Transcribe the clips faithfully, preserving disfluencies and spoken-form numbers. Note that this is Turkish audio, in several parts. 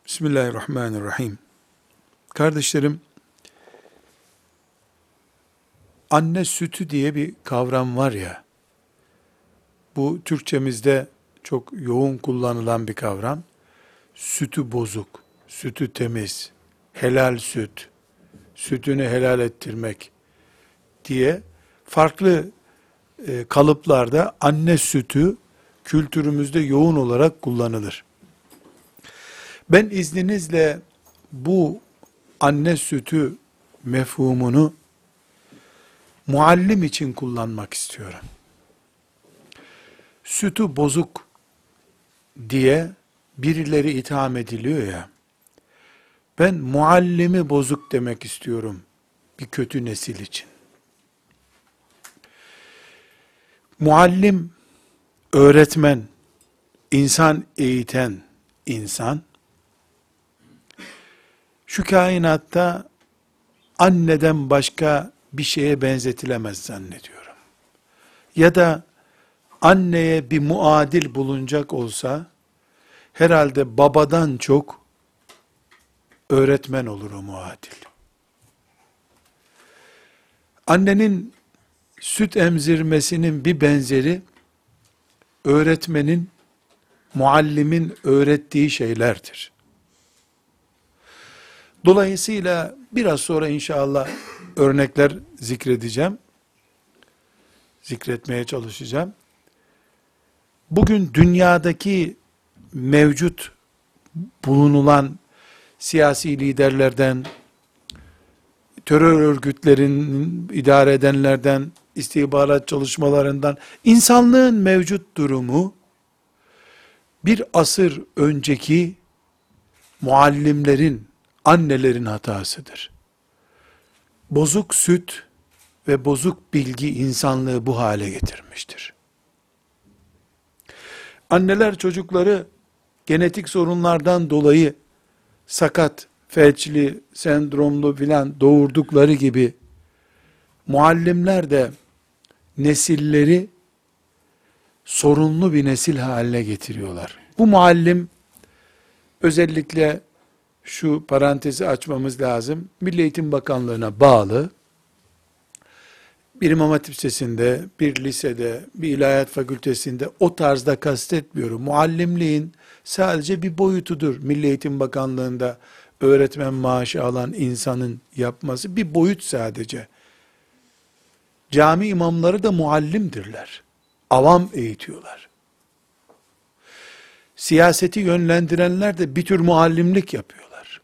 Bismillahirrahmanirrahim. Kardeşlerim, anne sütü diye bir kavram var ya, bu Türkçemizde çok yoğun kullanılan bir kavram. Sütü bozuk, sütü temiz, helal süt, sütünü helal ettirmek diye farklı e, kalıplarda anne sütü kültürümüzde yoğun olarak kullanılır. Ben izninizle bu anne sütü mefhumunu muallim için kullanmak istiyorum. Sütü bozuk diye birileri itham ediliyor ya, ben muallimi bozuk demek istiyorum bir kötü nesil için. Muallim, öğretmen, insan eğiten insan, şu kainatta anneden başka bir şeye benzetilemez zannediyorum. Ya da anneye bir muadil bulunacak olsa, herhalde babadan çok öğretmen olur o muadil. Annenin süt emzirmesinin bir benzeri, öğretmenin, muallimin öğrettiği şeylerdir. Dolayısıyla biraz sonra inşallah örnekler zikredeceğim. Zikretmeye çalışacağım. Bugün dünyadaki mevcut bulunulan siyasi liderlerden, terör örgütlerinin idare edenlerden, istihbarat çalışmalarından, insanlığın mevcut durumu, bir asır önceki muallimlerin, annelerin hatasıdır. Bozuk süt ve bozuk bilgi insanlığı bu hale getirmiştir. Anneler çocukları genetik sorunlardan dolayı sakat, felçli, sendromlu filan doğurdukları gibi, muallimler de nesilleri sorunlu bir nesil haline getiriyorlar. Bu muallim, özellikle şu parantezi açmamız lazım, Milli Eğitim Bakanlığı'na bağlı, bir İmam Hatip Lisesi'nde, bir lisede, bir ilahiyat fakültesinde o tarzda kastetmiyorum. Muallimliğin sadece bir boyutudur. Milli Eğitim Bakanlığı'nda öğretmen maaşı alan insanın yapması bir boyut sadece. Cami imamları da muallimdirler. Avam eğitiyorlar. Siyaseti yönlendirenler de bir tür muallimlik yapıyorlar.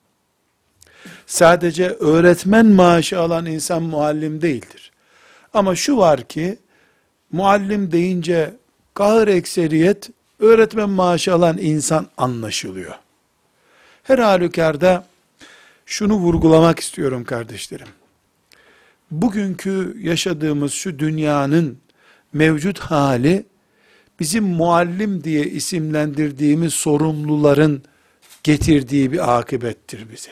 Sadece öğretmen maaşı alan insan muallim değildir. Ama şu var ki, muallim deyince kahır ekseriyet, öğretmen maaşı alan insan anlaşılıyor. Her halükarda şunu vurgulamak istiyorum kardeşlerim. Bugünkü yaşadığımız şu dünyanın mevcut hali, bizim muallim diye isimlendirdiğimiz sorumluların getirdiği bir akıbettir bize.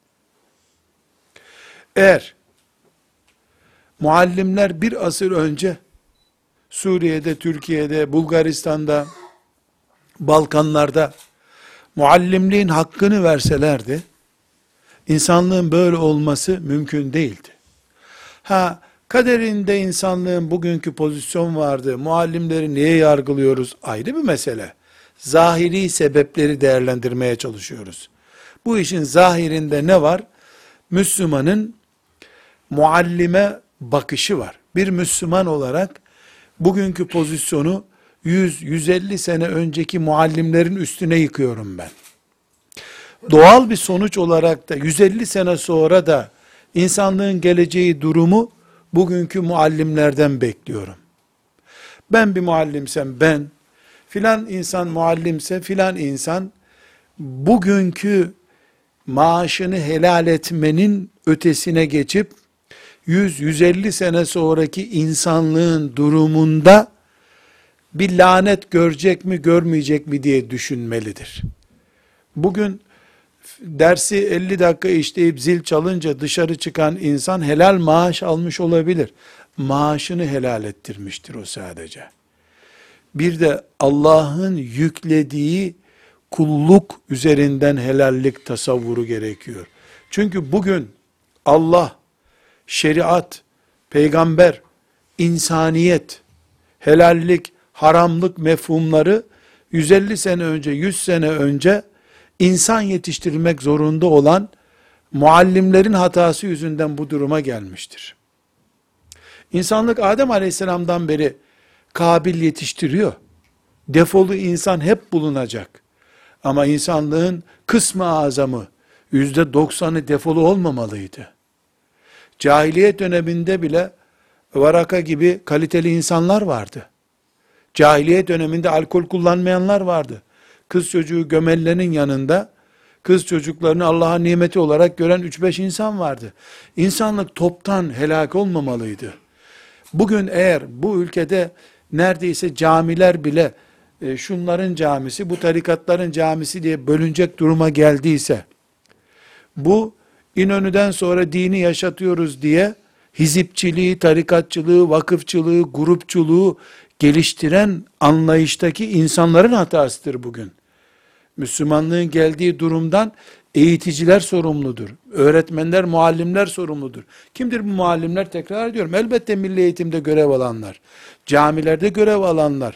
Eğer muallimler bir asır önce Suriye'de, Türkiye'de, Bulgaristan'da, Balkanlarda muallimliğin hakkını verselerdi, insanlığın böyle olması mümkün değildi. Ha, kaderinde insanlığın bugünkü pozisyon vardı, muallimleri niye yargılıyoruz ayrı bir mesele. Zahiri sebepleri değerlendirmeye çalışıyoruz. Bu işin zahirinde ne var? Müslümanın muallime bakışı var. Bir Müslüman olarak bugünkü pozisyonu yüz yüz elli sene önceki muallimlerin üstüne yıkıyorum ben. Doğal bir sonuç olarak da yüz elli sene sonra da insanlığın geleceği durumu bugünkü muallimlerden bekliyorum. Ben bir muallimsem ben, filan insan muallimse filan insan, bugünkü maaşını helal etmenin ötesine geçip, yüz yüz elli sene sonraki insanlığın durumunda bir lanet görecek mi görmeyecek mi diye düşünmelidir. Bugün dersi elli dakika işleyip zil çalınca dışarı çıkan insan helal maaş almış olabilir. Maaşını helal ettirmiştir o sadece. Bir de Allah'ın yüklediği kulluk üzerinden helallik tasavvuru gerekiyor. Çünkü bugün Allah, şeriat, peygamber, insaniyet, helallik, haramlık mefhumları yüz elli sene önce, yüz sene önce insan yetiştirilmek zorunda olan muallimlerin hatası yüzünden bu duruma gelmiştir. İnsanlık Adem Aleyhisselam'dan beri Kabil yetiştiriyor. Defolu insan hep bulunacak. Ama insanlığın kısmı azamı, yüzde doksanı defolu olmamalıydı. Cahiliyet döneminde bile Varaka gibi kaliteli insanlar vardı. Cahiliyet döneminde alkol kullanmayanlar vardı. Kız çocuğu gömellenin yanında, kız çocuklarını Allah'ın nimeti olarak gören üç beş insan vardı. İnsanlık toptan helak olmamalıydı. Bugün eğer bu ülkede neredeyse camiler bile e, şunların camisi, bu tarikatların camisi diye bölünecek duruma geldiyse, bu İnönü'den sonra dini yaşatıyoruz diye hizipçiliği, tarikatçılığı, vakıfçılığı, grupçuluğu geliştiren anlayıştaki insanların hatasıdır bugün. Müslümanlığın geldiği durumdan eğiticiler sorumludur. Öğretmenler, muallimler sorumludur. Kimdir bu muallimler? Tekrar ediyorum. Elbette milli eğitimde görev alanlar, camilerde görev alanlar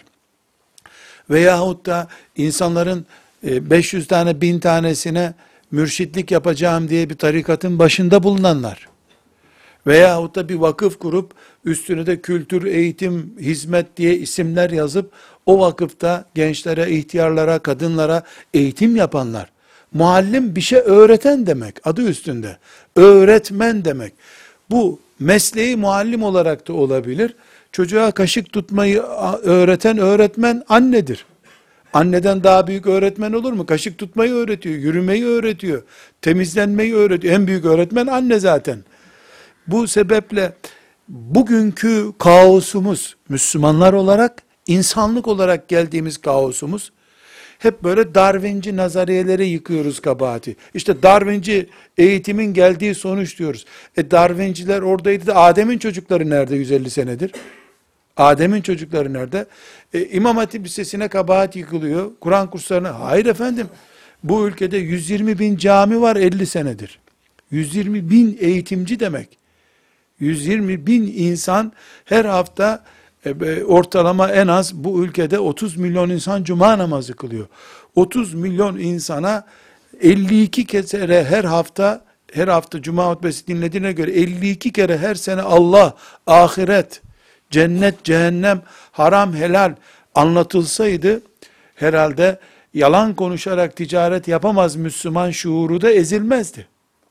veyahut da insanların beş yüz tane, bin tanesine mürşitlik yapacağım diye bir tarikatın başında bulunanlar veyahut da bir vakıf kurup üstüne de kültür, eğitim, hizmet diye isimler yazıp o vakıfta gençlere, ihtiyarlara, kadınlara eğitim yapanlar. Muallim bir şey öğreten demek, adı üstünde. Öğretmen demek. Bu mesleği muallim olarak da olabilir. Çocuğa kaşık tutmayı öğreten öğretmen annedir. Anneden daha büyük öğretmen olur mu? Kaşık tutmayı öğretiyor, yürümeyi öğretiyor, temizlenmeyi öğretiyor. En büyük öğretmen anne zaten. Bu sebeple bugünkü kaosumuz, Müslümanlar olarak, insanlık olarak geldiğimiz kaosumuz, hep böyle Darwinci nazariyelere yıkıyoruz kabahati. İşte Darwinci eğitimin geldiği sonuç diyoruz. E Darwinciler oradaydı da Adem'in çocukları nerede yüz elli senedir? Adem'in çocukları nerede? E, İmam Hatip Lisesi'ne kabahat yıkılıyor. Kur'an kurslarına. Hayır efendim. Bu ülkede yüz yirmi bin cami var elli senedir. yüz yirmi bin eğitimci demek. yüz yirmi bin insan her hafta e, ortalama en az bu ülkede otuz milyon insan cuma namazı kılıyor. otuz milyon insana elli iki kere her hafta her hafta cuma hutbesi dinlediğine göre elli iki kere her sene Allah, ahiret, cennet, cehennem, haram, helal anlatılsaydı herhalde yalan konuşarak ticaret yapamaz Müslüman şuuru da ezilmezdi.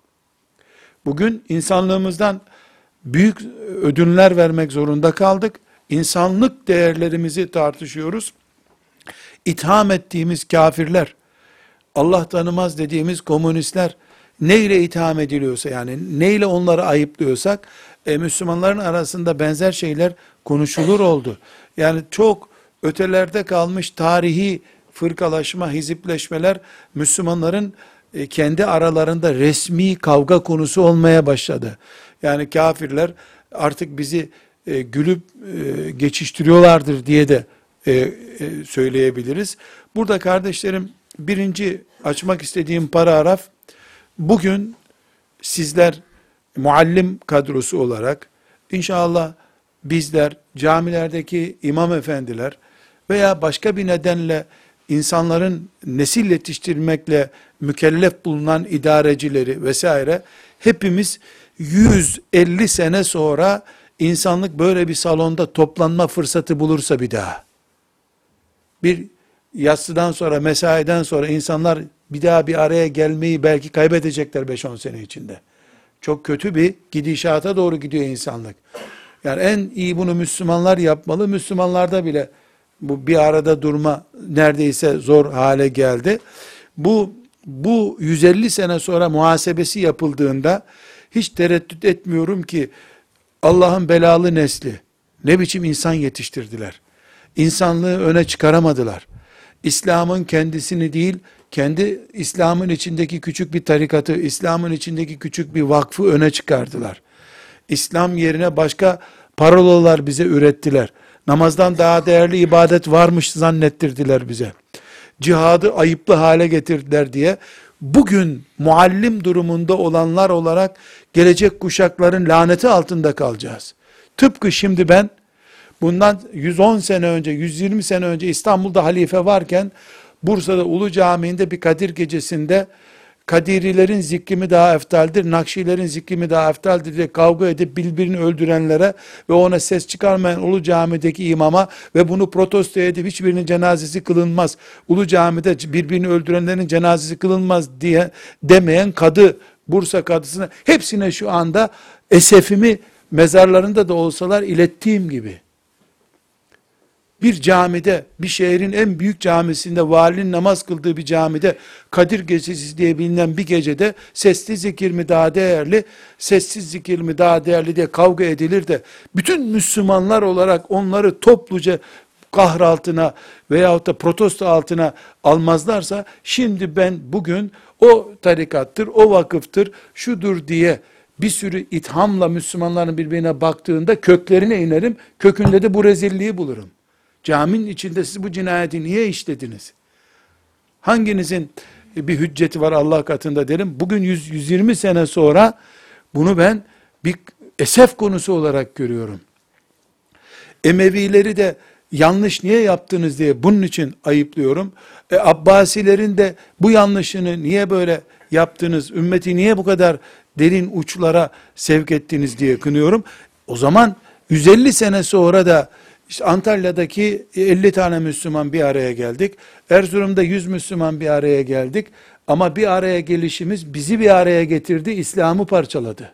Bugün insanlığımızdan büyük ödünler vermek zorunda kaldık. İnsanlık değerlerimizi tartışıyoruz. İtham ettiğimiz kafirler, Allah tanımaz dediğimiz komünistler neyle itham ediliyorsa, yani neyle onları ayıplıyorsak, e, Müslümanların arasında benzer şeyler konuşulur oldu. Yani çok ötelerde kalmış tarihi fırkalaşma, hizipleşmeler Müslümanların e, kendi aralarında resmi kavga konusu olmaya başladı. Yani kafirler artık bizi e, gülüp e, geçiştiriyorlardır diye de e, e, söyleyebiliriz. Burada kardeşlerim, birinci açmak istediğim paragraf, bugün sizler muallim kadrosu olarak inşallah bizler, camilerdeki imam efendiler veya başka bir nedenle insanların nesil yetiştirmekle mükellef bulunan idarecileri vesaire, hepimiz yüz elli sene sonra insanlık böyle bir salonda toplanma fırsatı bulursa bir daha, bir yatsıdan sonra, mesaiden sonra insanlar bir daha bir araya gelmeyi belki kaybedecekler beş on sene içinde. Çok kötü bir gidişata doğru gidiyor insanlık. Yani en iyi bunu Müslümanlar yapmalı. Müslümanlarda bile bu bir arada durma neredeyse zor hale geldi. Bu bu yüz elli sene sonra muhasebesi yapıldığında hiç tereddüt etmiyorum ki Allah'ın belalı nesli ne biçim insan yetiştirdiler. İnsanlığı öne çıkaramadılar. İslam'ın kendisini değil, kendi İslam'ın içindeki küçük bir tarikatı, İslam'ın içindeki küçük bir vakfı öne çıkardılar. İslam yerine başka parolalar bize ürettiler. Namazdan daha değerli ibadet varmış zannettirdiler bize. cihadı ayıplı hale getirdiler diye, bugün muallim durumunda olanlar olarak gelecek kuşakların laneti altında kalacağız. Tıpkı şimdi ben bundan yüz on sene önce, yüz yirmi sene önce İstanbul'da halife varken Bursa'da Ulu Camii'nde bir Kadir gecesinde Kadirilerin zikri mi daha eftaldir, Nakşilerin zikri mi daha eftaldir diye kavga edip birbirini öldürenlere ve ona ses çıkarmayan Ulu Cami'deki imama ve bunu protesto edip hiçbirinin cenazesi kılınmaz, Ulu Cami'de birbirini öldürenlerin cenazesi kılınmaz diye demeyen kadı, Bursa kadısına, hepsine şu anda esefimi mezarlarında da olsalar ilettiğim gibi, bir camide, bir şehrin en büyük camisinde, valinin namaz kıldığı bir camide, Kadir Gecesi diye bilinen bir gecede, sesli zikir mi daha değerli, sessiz zikir mi daha değerli diye kavga edilir de, bütün Müslümanlar olarak onları topluca kahraltına veyahut da protesto altına almazlarsa, şimdi ben bugün o tarikattır, o vakıftır, şudur diye bir sürü ithamla Müslümanların birbirine baktığında köklerine inerim, kökünde de bu rezilliği bulurum. Caminin içinde siz bu cinayeti niye işlediniz? Hanginizin bir hücceti var Allah katında derim. Bugün yüz yüz yirmi sene sonra bunu ben bir esef konusu olarak görüyorum. Emevileri de yanlış niye yaptınız diye bunun için ayıplıyorum. E, Abbasilerin de bu yanlışını niye böyle yaptınız, ümmeti niye bu kadar derin uçlara sevk ettiniz diye kınıyorum. O zaman yüz elli sene sonra da İşte Antalya'daki elli tane Müslüman bir araya geldik. Erzurum'da yüz Müslüman bir araya geldik. Ama bir araya gelişimiz bizi bir araya getirdi, İslam'ı parçaladı.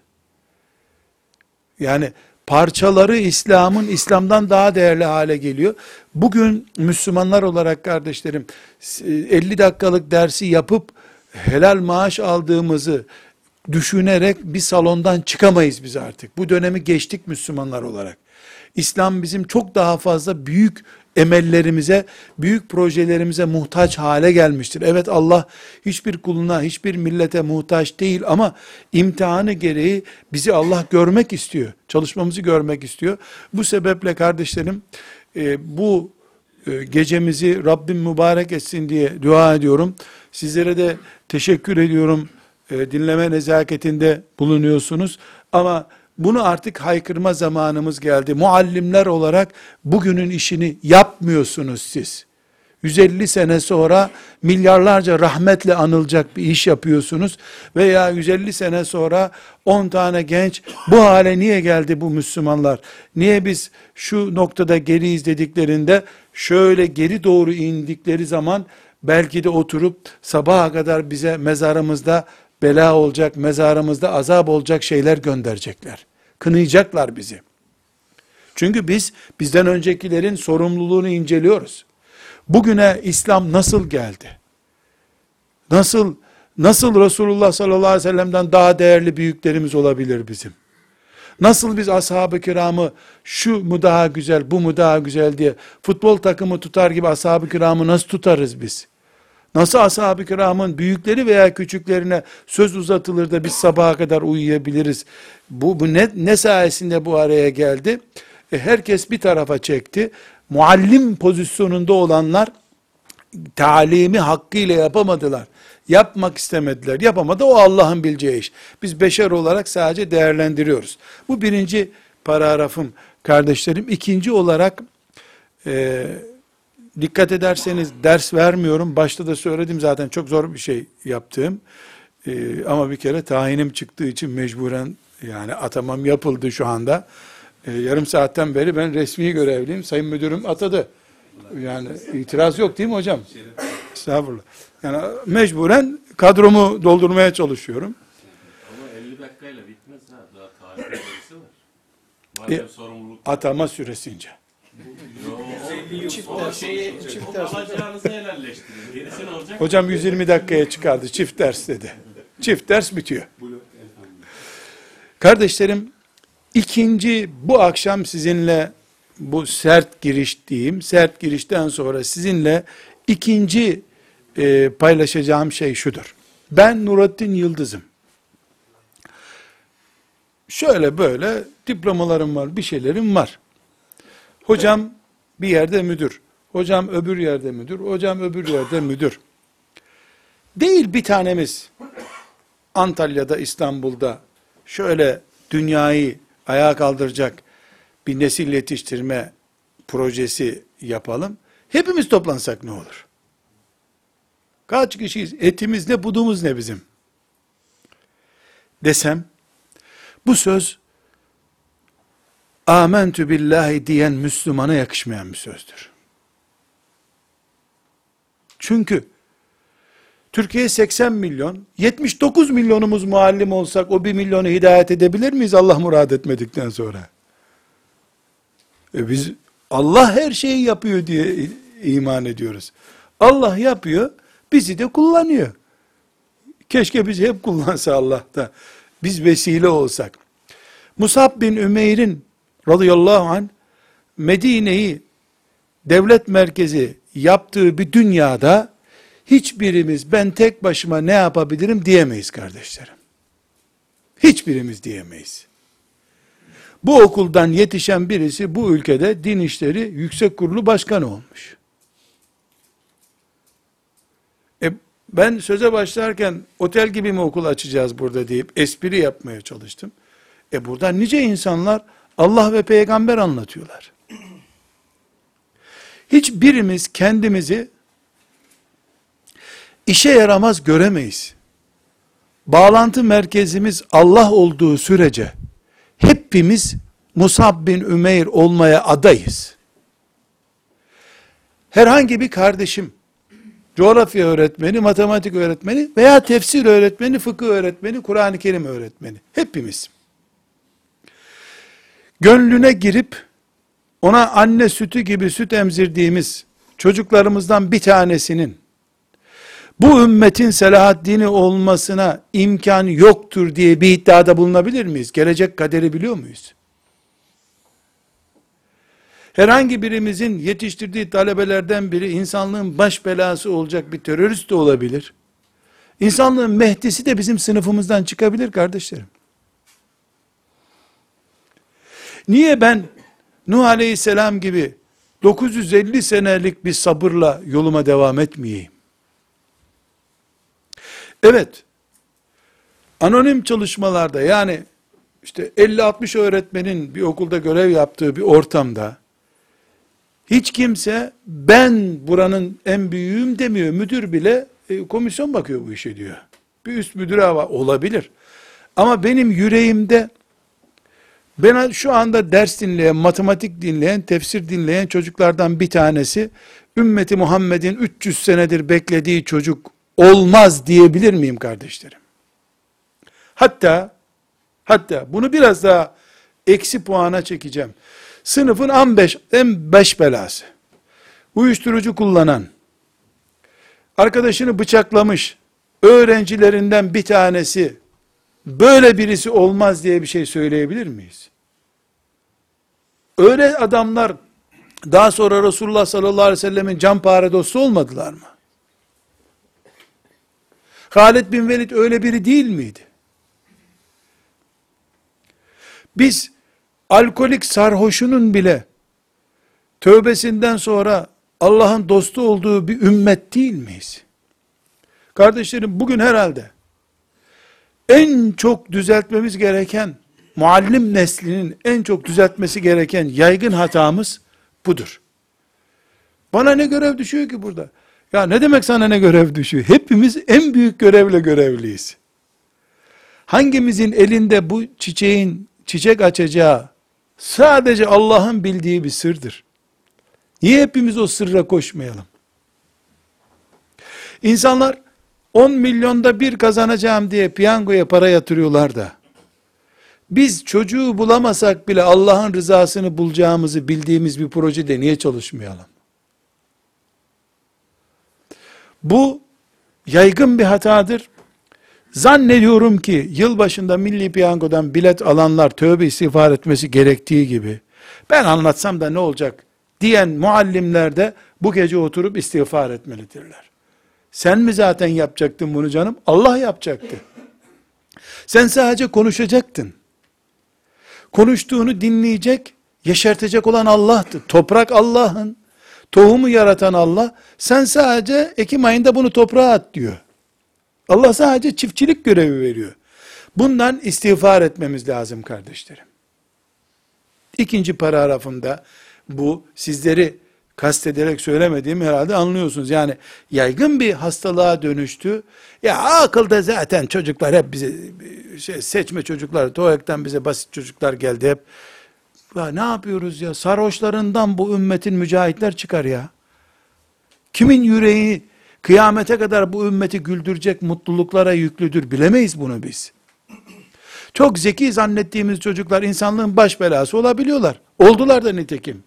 Yani parçaları İslam'ın İslam'dan daha değerli hale geliyor. Bugün Müslümanlar olarak kardeşlerim, elli dakikalık dersi yapıp helal maaş aldığımızı düşünerek bir salondan çıkamayız biz artık. Bu dönemi geçtik Müslümanlar olarak. İslam bizim çok daha fazla büyük emellerimize, büyük projelerimize muhtaç hale gelmiştir. Evet, Allah hiçbir kuluna, hiçbir millete muhtaç değil ama imtihanı gereği bizi Allah görmek istiyor. Çalışmamızı görmek istiyor. Bu sebeple kardeşlerim, e, bu e, gecemizi Rabbim mübarek etsin diye dua ediyorum. Sizlere de teşekkür ediyorum. E, dinleme nezaketinde bulunuyorsunuz. Ama bunu artık haykırma zamanımız geldi. Muallimler olarak bugünün işini yapmıyorsunuz siz. yüz elli sene sonra milyarlarca rahmetle anılacak bir iş yapıyorsunuz. Veya yüz elli sene sonra on tane genç, bu hale niye geldi bu Müslümanlar? Niye biz şu noktada geriyiz dediklerinde, şöyle geri doğru indikleri zaman, belki de oturup sabaha kadar bize mezarımızda bela olacak, mezarımızda azap olacak şeyler gönderecekler. Kınayacaklar bizi. Çünkü biz bizden öncekilerin sorumluluğunu inceliyoruz. Bugüne İslam nasıl geldi? Nasıl nasıl Resulullah sallallahu aleyhi ve sellem'den daha değerli büyüklerimiz olabilir bizim? Nasıl biz ashab-ı kiramı şu mu daha güzel, bu mu daha güzel diye futbol takımı tutar gibi ashab-ı kiramı nasıl tutarız biz? Nasıl ashab-ı kiramın büyükleri veya küçüklerine söz uzatılır da biz sabaha kadar uyuyabiliriz? Bu, bu ne, ne sayesinde bu araya geldi? E, herkes bir tarafa çekti. Muallim pozisyonunda olanlar talimi hakkıyla yapamadılar. Yapmak istemediler. Yapamadı, o Allah'ın bileceği iş. Biz beşer olarak sadece değerlendiriyoruz. Bu birinci paragrafım kardeşlerim. İkinci olarak e, dikkat ederseniz ders vermiyorum. Başta da söyledim zaten, çok zor bir şey yaptığım. Ee, ama bir kere tayinim çıktığı için mecburen, yani atamam yapıldı şu anda. Ee, yarım saatten beri ben resmi görevliyim. Sayın müdürüm atadı. Yani itiraz yok değil mi hocam? Estağfurullah. Yani mecburen kadromu doldurmaya çalışıyorum. Ama elli dakikayla bitmez ha. Daha tarih süresi var. E, Madem sorumluluk. atama süresince. Çift ders. Çift ders. Alacağınızı helalleştirin. Gerisi ne olacak? Hocam yüz yirmi dakikaya çıkardı. Çift ders dedi. Çift ders bitiyor. Kardeşlerim, ikinci, bu akşam sizinle bu sert giriş diyeyim, sert girişten sonra sizinle ikinci e, paylaşacağım şey şudur. Ben Nurattin Yıldız'ım. Şöyle böyle diplomalarım var, bir şeylerim var. Hocam bir yerde müdür. Hocam öbür yerde müdür, hocam öbür yerde müdür. Değil bir tanemiz Antalya'da, İstanbul'da şöyle dünyayı ayağa kaldıracak bir nesil yetiştirme projesi yapalım. Hepimiz toplansak ne olur? Kaç kişiyiz? Etimiz ne, budumuz ne bizim? Desem, bu söz Âmentü billahi diyen Müslümana yakışmayan bir sözdür. Çünkü Türkiye seksen milyon, yetmiş dokuz milyonumuz muallim olsak o bir milyonu hidayet edebilir miyiz Allah murad etmedikten sonra? E biz Allah her şeyi yapıyor diye iman ediyoruz. Allah yapıyor, bizi de kullanıyor. Keşke bizi hep kullansa Allah da, biz vesile olsak. Musab bin Ümeyr'in radıyallahu anh, Medine'yi devlet merkezi yaptığı bir dünyada, hiçbirimiz ben tek başıma ne yapabilirim diyemeyiz kardeşlerim. Hiçbirimiz diyemeyiz. Bu okuldan yetişen birisi bu ülkede din işleri yüksek kurulu başkanı olmuş. E ben söze başlarken otel gibi mi okul açacağız burada deyip espri yapmaya çalıştım. E burada nice insanlar Allah ve peygamber anlatıyorlar. Hiçbirimiz kendimizi işe yaramaz göremeyiz. Bağlantı merkezimiz Allah olduğu sürece hepimiz Musab bin Ümeyr olmaya adayız. Herhangi bir kardeşim, coğrafya öğretmeni, matematik öğretmeni veya tefsir öğretmeni, fıkıh öğretmeni, Kur'an-ı Kerim öğretmeni. Hepimiz. Gönlüne girip ona anne sütü gibi süt emzirdiğimiz çocuklarımızdan bir tanesinin bu ümmetin Selahaddin'i olmasına imkan yoktur diye bir iddiada bulunabilir miyiz? Gelecek kaderi biliyor muyuz? Herhangi birimizin yetiştirdiği talebelerden biri insanlığın baş belası olacak bir terörist de olabilir. İnsanlığın Mehdi'si de bizim sınıfımızdan çıkabilir kardeşlerim. Niye ben Nuh Aleyhisselam gibi dokuz yüz elli senelik bir sabırla yoluma devam etmeyeyim? Evet, anonim çalışmalarda, yani işte elli altmış öğretmenin bir okulda görev yaptığı bir ortamda hiç kimse ben buranın en büyüğüm demiyor. Müdür bile e, komisyon bakıyor bu işe diyor. Bir üst müdür hava olabilir. Ama benim yüreğimde, ben şu anda ders dinleyen, matematik dinleyen, tefsir dinleyen çocuklardan bir tanesi, ümmeti Muhammed'in üç yüz senedir beklediği çocuk olmaz diyebilir miyim kardeşlerim? Hatta, hatta bunu biraz daha eksi puana çekeceğim. Sınıfın en beş, en beş belası, uyuşturucu kullanan, arkadaşını bıçaklamış, öğrencilerinden bir tanesi, böyle birisi olmaz diye bir şey söyleyebilir miyiz? Öyle adamlar, daha sonra Resulullah sallallahu aleyhi ve sellemin canpare dostu olmadılar mı? Halid bin Velid öyle biri değil miydi? Biz, alkolik sarhoşunun bile, tövbesinden sonra, Allah'ın dostu olduğu bir ümmet değil miyiz? Kardeşlerim, bugün herhalde, en çok düzeltmemiz gereken, muallim neslinin en çok düzeltmesi gereken yaygın hatamız budur. Bana ne görev düşüyor ki burada? Ya ne demek sana ne görev düşüyor? Hepimiz en büyük görevle görevliyiz. Hangimizin elinde bu çiçeğin çiçek açacağı sadece Allah'ın bildiği bir sırdır. Niye hepimiz o sırra koşmayalım? İnsanlar on milyonda bir kazanacağım diye piyangoya para yatırıyorlar da, biz çocuğu bulamasak bile Allah'ın rızasını bulacağımızı bildiğimiz bir projede niye çalışmayalım? Bu yaygın bir hatadır. Zannediyorum ki yılbaşında Milli Piyango'dan bilet alanlar tövbe istiğfar etmesi gerektiği gibi, ben anlatsam da ne olacak diyen muallimler de bu gece oturup istiğfar etmelidirler. Sen mi zaten yapacaktın bunu canım? Allah yapacaktı. Sen sadece konuşacaktın. Konuştuğunu dinleyecek, yeşertecek olan Allah'tı. Toprak Allah'ın. Tohumu yaratan Allah, sen sadece Ekim ayında bunu toprağa at diyor. Allah sadece çiftçilik görevi veriyor. Bundan istiğfar etmemiz lazım kardeşlerim. İkinci paragrafımda bu, sizleri kastederek söylemediğimi herhalde anlıyorsunuz. Yani yaygın bir hastalığa dönüştü. Ya akılda zaten çocuklar hep bize şey, seçme çocuklar, TOEF'ten bize basit çocuklar geldi hep. Ya ne yapıyoruz ya? Sarhoşlarından bu ümmetin mücahitler çıkar ya. Kimin yüreği kıyamete kadar bu ümmeti güldürecek mutluluklara yüklüdür, bilemeyiz bunu biz. Çok zeki zannettiğimiz çocuklar insanlığın baş belası olabiliyorlar. Oldular da nitekim.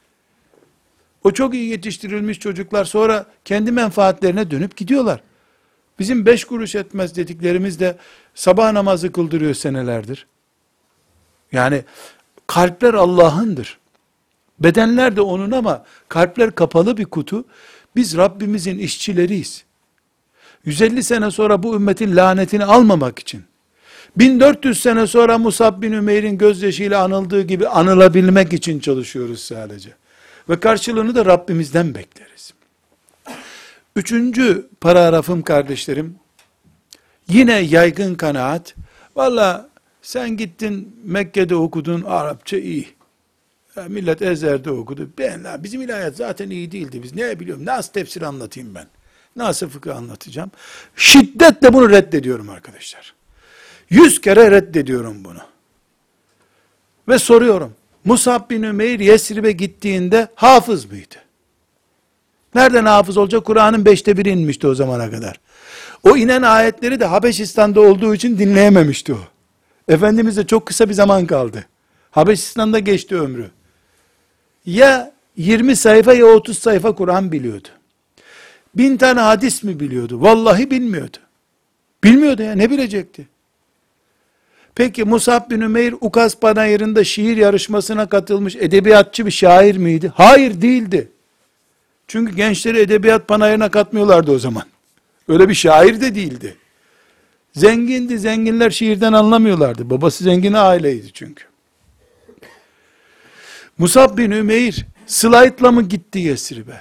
O çok iyi yetiştirilmiş çocuklar sonra kendi menfaatlerine dönüp gidiyorlar. Bizim beş kuruş etmez dediklerimiz de sabah namazı kıldırıyor senelerdir. Yani kalpler Allah'ındır. Bedenler de onun ama kalpler kapalı bir kutu. Biz Rabbimizin işçileriyiz. yüz elli sene sonra bu ümmetin lanetini almamak için, bin dört yüz sene sonra Musab bin Ümeyr'in gözyaşıyla anıldığı gibi anılabilmek için çalışıyoruz sadece. Ve karşılığını da Rabbimizden bekleriz. Üçüncü paragrafım kardeşlerim, yine yaygın kanaat, valla sen gittin Mekke'de okudun, Arapça iyi. Ya millet Ezher'de okudu. Ben, bizim ilahiyat zaten iyi değildi. Biz ne biliyorum, nasıl tefsir anlatayım ben? Nasıl fıkıh anlatacağım? Şiddetle bunu reddediyorum arkadaşlar. Yüz kere reddediyorum bunu. Ve soruyorum, Musab bin Ümeyr Yesrib'e gittiğinde hafız mıydı? Nereden hafız olacak? Kur'an'ın beşte biri inmişti o zamana kadar. O inen ayetleri de Habeşistan'da olduğu için dinleyememişti o. Efendimiz de çok kısa bir zaman kaldı. Habeşistan'da geçti ömrü. Ya yirmi sayfa ya otuz sayfa Kur'an biliyordu. Bin tane hadis mi biliyordu? Vallahi bilmiyordu. Bilmiyordu ya, ne bilecekti? Peki Musab bin Ümeyr Ukaz Panayırı'nda şiir yarışmasına katılmış edebiyatçı bir şair miydi? Hayır, değildi. Çünkü gençleri edebiyat panayırına katmıyorlardı o zaman. Öyle bir şair de değildi. Zengindi, zenginler şiirden anlamıyorlardı. Babası zengin aileydi çünkü. Musab bin Ümeyr slaytla mı gitti Yesrib'e?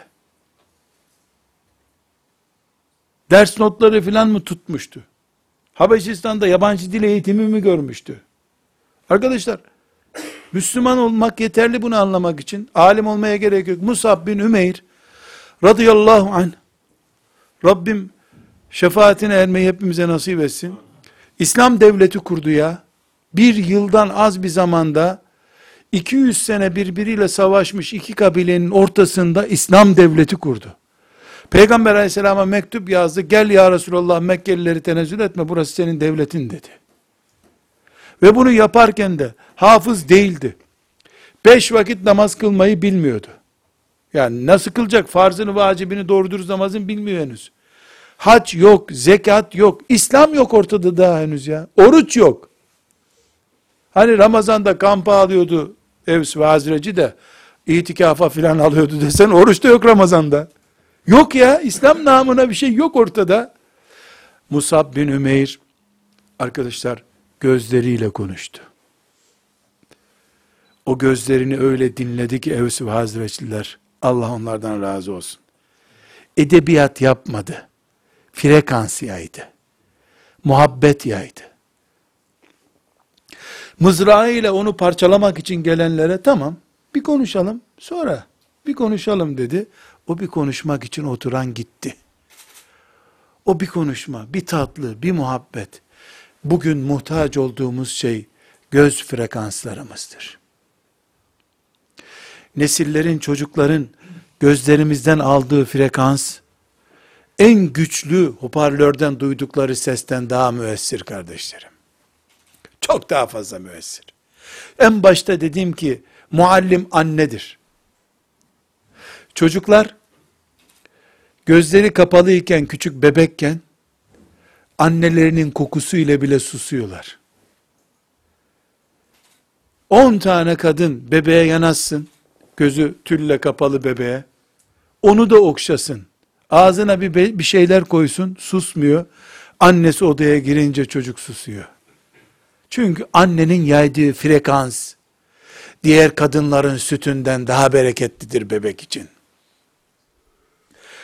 Ders notları filan mı tutmuştu? Habeşistan'da yabancı dil eğitimi mi görmüştü? Arkadaşlar, Müslüman olmak yeterli bunu anlamak için. Alim olmaya gerek yok. Musab bin Ümeyr radıyallahu anh, Rabbim şefaatine ermeyi hepimize nasip etsin. İslam devleti kurdu ya. Bir yıldan az bir zamanda iki yüz sene birbiriyle savaşmış iki kabilenin ortasında İslam devleti kurdu. Peygamber aleyhisselama mektup yazdı. Gel ya Resulallah, Mekkelileri tenezzül etme, burası senin devletin dedi. Ve bunu yaparken de hafız değildi. Beş vakit namaz kılmayı bilmiyordu. Yani nasıl kılacak? Farzını, vacibini, doğru dürüst namazını bilmiyor henüz. Hac yok, zekat yok, İslam yok ortada daha henüz ya. Oruç yok. Hani Ramazan'da kampa alıyordu Evs ve Hazreci de, itikafa filan alıyordu desen, oruç da yok Ramazan'da. Yok ya, İslam namına bir şey yok ortada. Musab bin Ümeyr, arkadaşlar, gözleriyle konuştu. O gözlerini öyle dinledi ki Evs ve Hazreçliler, Allah onlardan razı olsun. Edebiyat yapmadı. Frekans yaydı. Muhabbet yaydı. Mızrağıyla onu parçalamak için gelenlere tamam bir konuşalım sonra bir konuşalım dedi. O bir konuşmak için oturan gitti. O bir konuşma, bir tatlı, bir muhabbet. Bugün muhtaç olduğumuz şey göz frekanslarımızdır. Nesillerin, çocukların gözlerimizden aldığı frekans en güçlü hoparlörden duydukları sesten daha müessir kardeşlerim. Çok daha fazla müessir. En başta dediğim ki muallim annedir. Çocuklar gözleri kapalıyken, küçük bebekken annelerinin kokusu ile bile susuyorlar. On tane kadın bebeğe yanaşsın, gözü tülle kapalı bebeğe, onu da okşasın, ağzına bir, bir şeyler koysun, susmuyor. Annesi odaya girince çocuk susuyor. Çünkü annenin yaydığı frekans, diğer kadınların sütünden daha bereketlidir bebek için.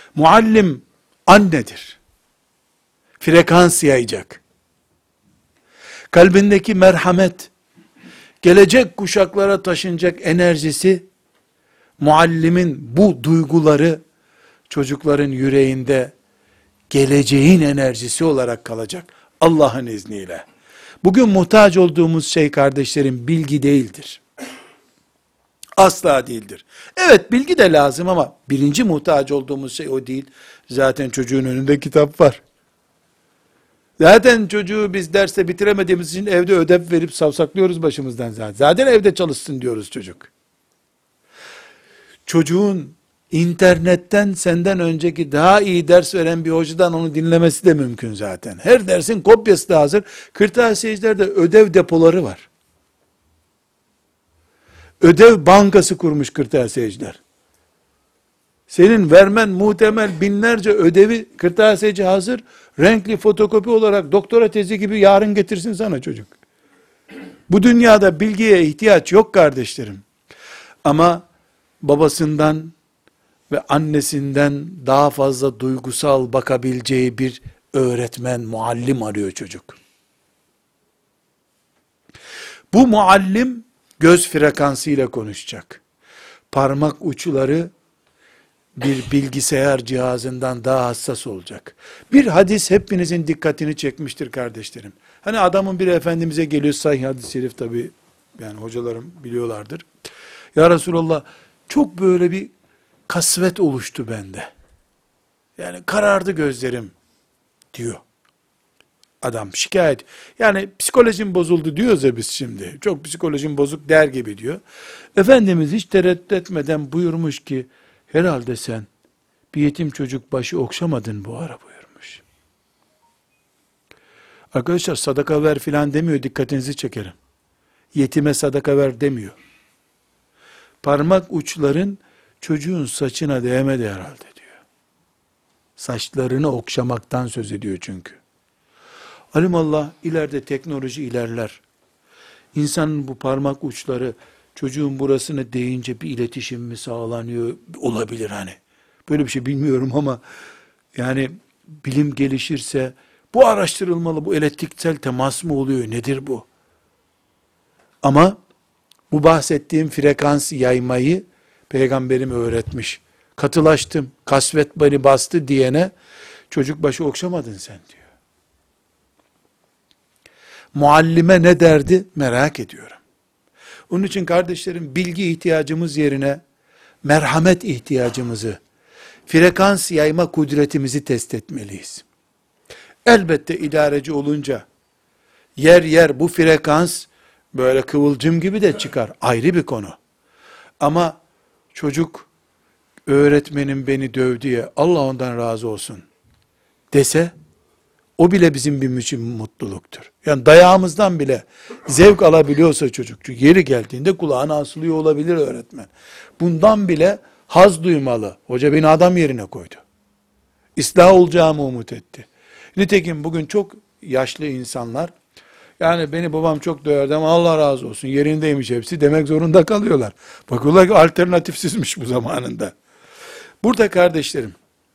Muallim annedir. Frekans yayacak. Kalbindeki merhamet, gelecek kuşaklara taşınacak enerjisi, muallimin bu duyguları çocukların yüreğinde geleceğin enerjisi olarak kalacak. Allah'ın izniyle. Bugün muhtaç olduğumuz şey kardeşlerim bilgi değildir. Asla değildir. Evet bilgi de lazım ama birinci muhtaç olduğumuz şey o değil. Zaten çocuğun önünde kitap var. Zaten çocuğu biz derste bitiremediğimiz için evde ödev verip savsaklıyoruz başımızdan zaten. Zaten evde çalışsın diyoruz çocuk. Çocuğun internetten senden önceki daha iyi ders veren bir hocadan onu dinlemesi de mümkün zaten. Her dersin kopyası da hazır. Kırtasiyecilerde ödev depoları var. Ödev bankası kurmuş kırtasiyeciler. Senin vermen muhtemel binlerce ödevi kırtasiyeci hazır. Renkli fotokopi olarak doktora tezi gibi yarın getirsin sana çocuk. Bu dünyada bilgiye ihtiyaç yok kardeşlerim. Ama babasından ve annesinden daha fazla duygusal bakabileceği bir öğretmen, muallim arıyor çocuk. Bu muallim göz frekansıyla konuşacak. Parmak uçları bir bilgisayar cihazından daha hassas olacak. Bir hadis hepinizin dikkatini çekmiştir kardeşlerim. Hani adamın biri Efendimiz'e geliyor, sahih hadis-i şerif tabi, yani hocalarım biliyorlardır. Ya Resulallah, çok böyle bir kasvet oluştu bende. Yani karardı gözlerim diyor. Adam şikayet. Yani psikolojim bozuldu diyoruz ya biz şimdi. Çok psikolojim bozuk der gibi diyor. Efendimiz hiç tereddüt etmeden buyurmuş ki, herhalde sen bir yetim çocuk başı okşamadın bu ara buyurmuş. Arkadaşlar sadaka ver filan demiyor, dikkatinizi çekerim. Yetime sadaka ver demiyor. Parmak uçların çocuğun saçına değmedi herhalde diyor. Saçlarını okşamaktan söz ediyor çünkü. Alimallah ileride teknoloji ilerler. İnsanın bu parmak uçları çocuğun burasına değince bir iletişim mi sağlanıyor olabilir hani. Böyle bir şey bilmiyorum ama yani bilim gelişirse bu araştırılmalı, bu elektriksel temas mı oluyor, nedir bu? Ama bu bahsettiğim frekans yaymayı Peygamberim öğretmiş. Katılaştım, kasvet beni bastı diyene çocuk başı okşamadın sen diyor. Muallime ne derdi merak ediyorum. Onun için kardeşlerim bilgi ihtiyacımız yerine merhamet ihtiyacımızı, frekans yayma kudretimizi test etmeliyiz. Elbette idareci olunca yer yer bu frekans böyle kıvılcım gibi de çıkar. Ayrı bir konu. Ama çocuk öğretmenim beni dövdü diye Allah ondan razı olsun dese o bile bizim bir için mutluluktur. Yani dayağımızdan bile zevk alabiliyorsa çocuk, çünkü yeri geldiğinde kulağına asılıyor olabilir öğretmen. Bundan bile haz duymalı. Hoca beni adam yerine koydu. İslah olacağımı umut etti. Nitekim bugün çok yaşlı insanlar, yani beni babam çok döverdi ama Allah razı olsun yerindeymiş hepsi demek zorunda kalıyorlar. Bakıyorlar ki alternatifsizmiş bu zamanında. Burada kardeşlerim,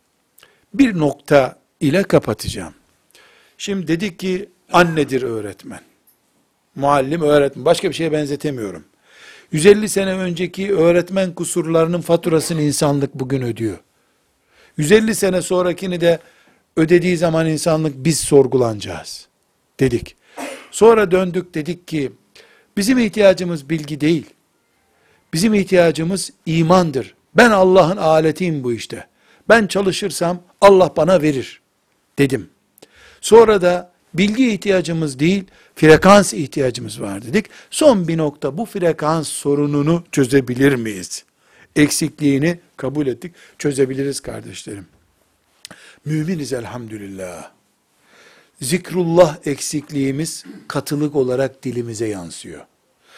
bir nokta ile kapatacağım. Şimdi dedik ki annedir öğretmen. Muallim öğretmen. Başka bir şeye benzetemiyorum. yüz elli sene önceki öğretmen kusurlarının faturasını insanlık bugün ödüyor. yüz elli sene sonrakini de ödediği zaman insanlık biz sorgulanacağız dedik. Sonra döndük dedik ki bizim ihtiyacımız bilgi değil. Bizim ihtiyacımız imandır. Ben Allah'ın aletiyim bu işte. Ben çalışırsam Allah bana verir dedim. Sonra da bilgi ihtiyacımız değil, frekans ihtiyacımız var dedik. Son bir nokta, bu frekans sorununu çözebilir miyiz? Eksikliğini kabul ettik. Çözebiliriz kardeşlerim. Müminiz elhamdülillah. Zikrullah eksikliğimiz katılık olarak dilimize yansıyor.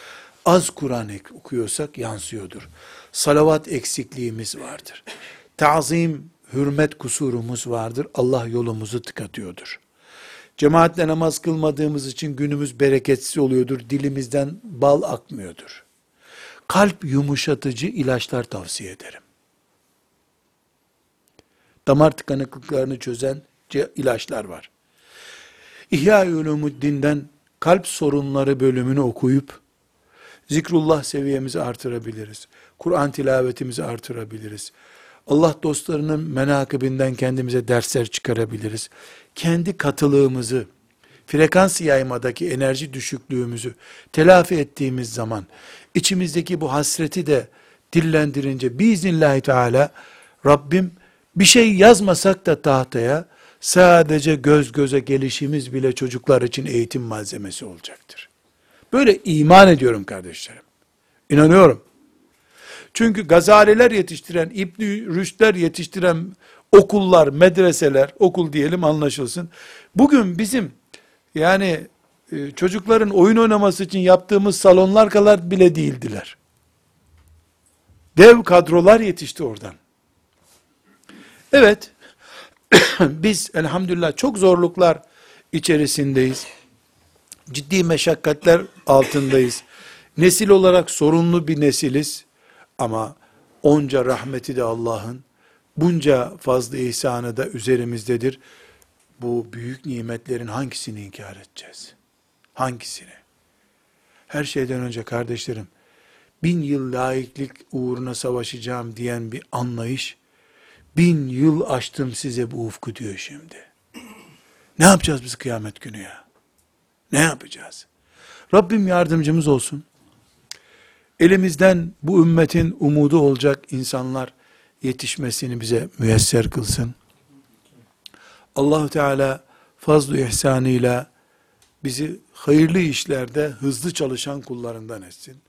Az Kur'an okuyorsak yansıyordur. Salavat eksikliğimiz vardır. Ta'zim, hürmet kusurumuz vardır. Allah yolumuzu tıkatıyordur. Cemaatle namaz kılmadığımız için günümüz bereketsiz oluyordur. Dilimizden bal akmıyordur. Kalp yumuşatıcı ilaçlar tavsiye ederim. damar tıkanıklıklarını çözen ce- ilaçlar var. İhya-i Ulumuddin'den kalp sorunları bölümünü okuyup, zikrullah seviyemizi artırabiliriz. Kur'an tilavetimizi artırabiliriz. Allah dostlarının menakıbinden kendimize dersler çıkarabiliriz. Kendi katılığımızı, frekans yaymadaki enerji düşüklüğümüzü telafi ettiğimiz zaman, içimizdeki bu hasreti de dillendirince, biiznillahü teala, Rabbim bir şey yazmasak da tahtaya, sadece göz göze gelişimiz bile çocuklar için eğitim malzemesi olacaktır. Böyle iman ediyorum kardeşlerim. İnanıyorum. Çünkü Gazaliler yetiştiren, İbn-i Rüşdler yetiştiren okullar, medreseler, okul diyelim anlaşılsın. Bugün bizim yani e, çocukların oyun oynaması için yaptığımız salonlar kadar bile değildiler. Dev kadrolar yetişti oradan. Evet, biz elhamdülillah çok zorluklar içerisindeyiz. Ciddi meşakkatler altındayız. Nesil olarak sorunlu bir nesiliz. Ama onca rahmeti de Allah'ın, bunca fazla ihsanı da üzerimizdedir. Bu büyük nimetlerin hangisini inkar edeceğiz? Hangisini? Her şeyden önce kardeşlerim, bin yıl laiklik uğruna savaşacağım diyen bir anlayış, bin yıl açtım size bu ufku diyor şimdi. Ne yapacağız biz kıyamet günü ya? Ne yapacağız? Rabbim yardımcımız olsun. Elimizden bu ümmetin umudu olacak insanlar yetişmesini bize müyesser kılsın. Allah-u Teala fazl-ı ihsanıyla bizi hayırlı işlerde hızlı çalışan kullarından etsin.